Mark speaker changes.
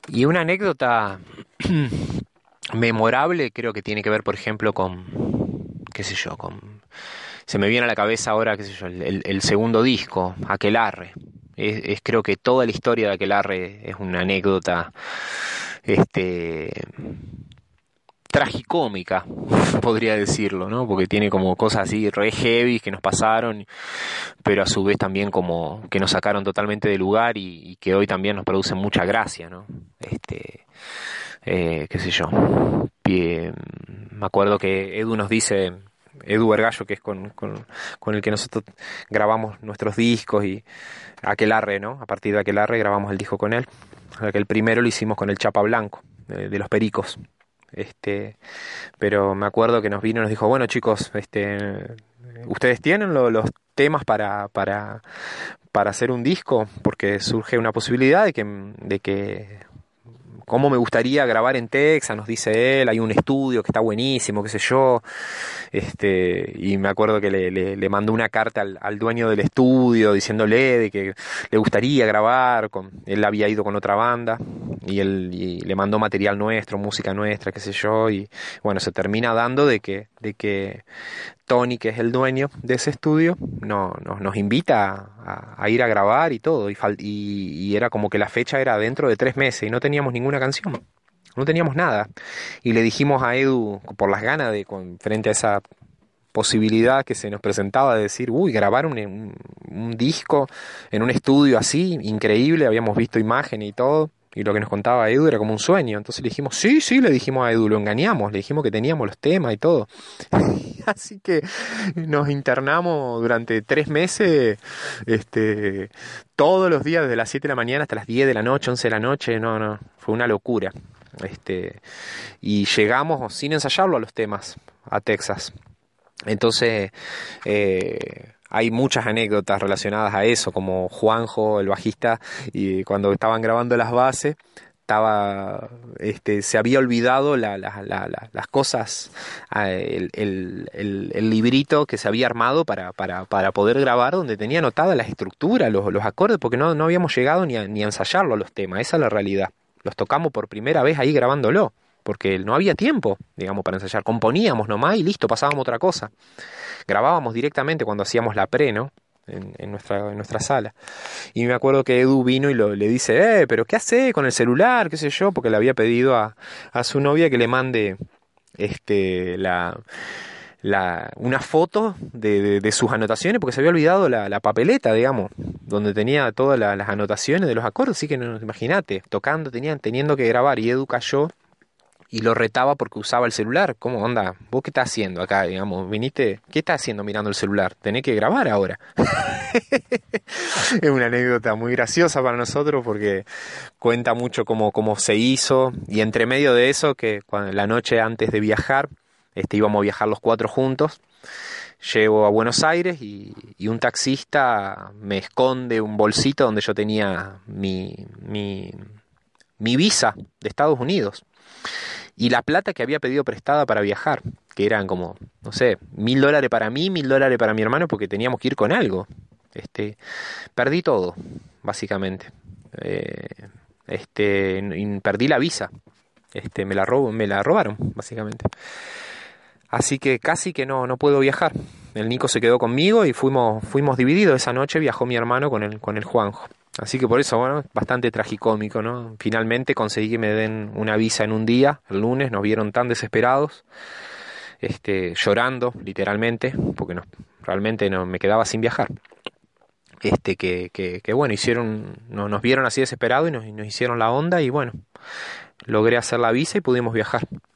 Speaker 1: Y una anécdota memorable creo que tiene que ver, por ejemplo, con, qué sé yo, con... Se me viene a la cabeza ahora, qué sé yo, el segundo disco, Aquelarre. Creo que toda la historia de Aquelarre es una anécdota, este, tragicómica, podría decirlo, ¿no? Porque tiene como cosas así re heavy que nos pasaron, pero a su vez también como que nos sacaron totalmente de lugar y que hoy también nos producen mucha gracia, ¿no? Qué sé yo. Me acuerdo que Edu nos dice, Edu Vergallo, que es con el que nosotros grabamos nuestros discos y Aquelarre, ¿no? A partir de Aquelarre grabamos el disco con él. Que el primero lo hicimos con el Chapa Blanco, de los Pericos. Pero me acuerdo que nos vino y nos dijo, bueno chicos, ustedes tienen los temas para hacer un disco, porque surge una posibilidad de que cómo me gustaría grabar en Texas, nos dice él, hay un estudio que está buenísimo, qué sé yo. Y me acuerdo que le mandó una carta al dueño del estudio diciéndole de que le gustaría grabar, él había ido con otra banda y le mandó material nuestro, música nuestra, qué sé yo, y bueno, se termina dando de que Tony, que es el dueño de ese estudio, nos invita a ir a grabar y todo, y era como que la fecha era dentro de 3 meses y no teníamos ninguna canción, no teníamos nada. Y le dijimos a Edu, por las ganas frente a esa posibilidad que se nos presentaba de decir, uy, grabar un disco en un estudio así, increíble, habíamos visto imágenes y todo, y lo que nos contaba Edu era como un sueño. Entonces le dijimos, sí, sí, le dijimos a Edu, lo engañamos, le dijimos que teníamos los temas y todo. Así que nos internamos durante 3 meses, todos los días desde las 7 de la mañana hasta las 10 de la noche, 11 de la noche, no, fue una locura. Y llegamos sin ensayarlo a los temas, a Texas. Entonces, hay muchas anécdotas relacionadas a eso, como Juanjo, el bajista, y cuando estaban grabando las bases, se había olvidado las cosas, el librito que se había armado para poder grabar, donde tenía anotada la estructura, los acordes, porque no habíamos llegado ni a ensayarlo los temas, esa es la realidad. Los tocamos por primera vez ahí grabándolo, porque no había tiempo, digamos, para ensayar. Componíamos nomás y listo, pasábamos otra cosa. Grabábamos directamente cuando hacíamos la pre, ¿no? En nuestra sala. Y me acuerdo que Edu vino y le dice, pero ¿qué hace con el celular? ¿Qué sé yo? Porque le había pedido a su novia que le mande una foto de sus anotaciones, porque se había olvidado la papeleta, digamos, donde tenía todas las anotaciones de los acordes. Así que imagínate, tocando, teniendo que grabar, y Edu cayó y lo retaba porque usaba el celular. ¿Cómo onda? ¿Vos qué estás haciendo acá, digamos? Viniste, ¿qué estás haciendo mirando el celular? Tenés que grabar ahora. Es una anécdota muy graciosa para nosotros porque cuenta mucho cómo se hizo, y entre medio de eso, que la noche antes de viajar, íbamos a viajar los cuatro juntos. Llego a Buenos Aires y un taxista me esconde un bolsito donde yo tenía mi visa de Estados Unidos y la plata que había pedido prestada para viajar, que eran como, no sé, $1.000 para mí, $1.000 para mi hermano, porque teníamos que ir con algo. Perdí todo, básicamente. Perdí la visa. Me la robaron, básicamente. Así que casi que no puedo viajar. El Nico se quedó conmigo y fuimos divididos. Esa noche viajó mi hermano con el Juanjo. Así que por eso, bueno, bastante tragicómico, ¿no? Finalmente conseguí que me den una visa en un día, el lunes. Nos vieron tan desesperados, llorando, literalmente, porque realmente no me quedaba sin viajar. Que bueno, nos vieron así desesperados y nos hicieron la onda y bueno, logré hacer la visa y pudimos viajar.